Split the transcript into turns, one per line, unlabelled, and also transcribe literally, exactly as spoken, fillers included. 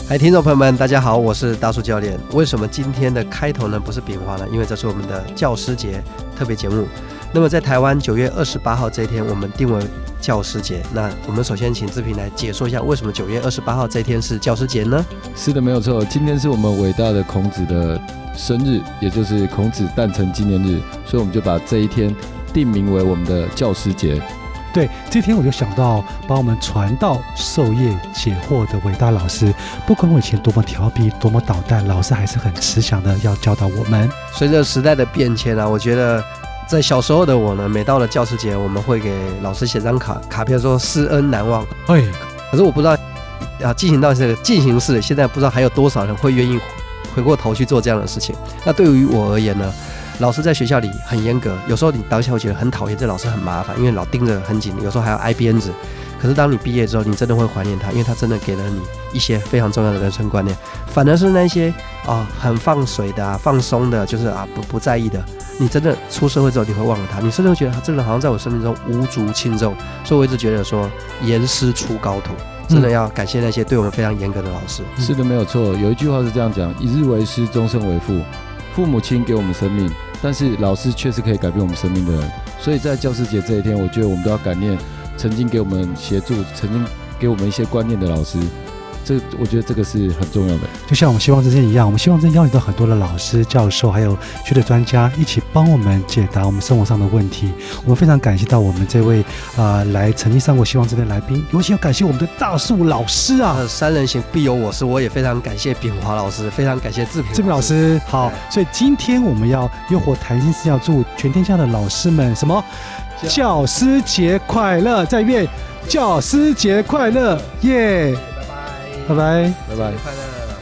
嗨，听众朋友们，大家好，我是大树教练。为什么今天的开头呢不是饼花呢？因为这是我们的教师节特别节目。那么在台湾九月二十八号这一天，我们定为教师节。那我们首先请志平来解说一下，为什么九月二十八号这一天是教师节呢？
是的，没有错。今天是我们伟大的孔子的生日，也就是孔子诞辰纪念日，所以我们就把这一天定名为我们的教师节。
对，这天我就想到把我们传道授业解惑的伟大老师，不管我以前多么调皮多么捣蛋，老师还是很慈祥的要教导我们。
随着时代的变迁啊，我觉得在小时候的我呢，每到了教师节，我们会给老师写张卡卡片说施恩难忘。
哎，
可是我不知道啊，进行到这个进行式，现在不知道还有多少人会愿意回过头去做这样的事情。那对于我而言呢，老师在学校里很严格，有时候你当下会觉得很讨厌，这老师很麻烦，因为老盯着很紧，有时候还要挨鞭子。可是当你毕业之后，你真的会怀念他，因为他真的给了你一些非常重要的人生观念。反而是那些啊很放水的、啊、放松的，就是啊不不在意的，你真的出社会之后你会忘了他，你甚至会觉得他这个人好像在我生命中无足轻重。所以我一直觉得说，严师出高徒。真的要感谢那些对我们非常严格的老师。
是的，没有错。有一句话是这样讲：一日为师，终身为父。父母亲给我们生命，但是老师确实可以改变我们生命的人。所以在教师节这一天，我觉得我们都要感念曾经给我们协助、曾经给我们一些观念的老师。这我觉得这个是很重要的。
就像我们希望之间一样，我们希望真邀请到很多的老师、教授，还有学者专家一起帮我们解答我们生活上的问题。我们非常感谢到我们这位啊、呃、来曾经上过希望之的来宾，尤其要感谢我们的大树老师啊！
呃、三人行必有我师，我也非常感谢炳华老师，非常感谢志平
志平老师。好，所以今天我们要诱惑谈心是要祝全天下的老师们什么？教师节快乐！再一遍，教师节快乐！耶、yeah ！拜拜，
拜拜，
快乐。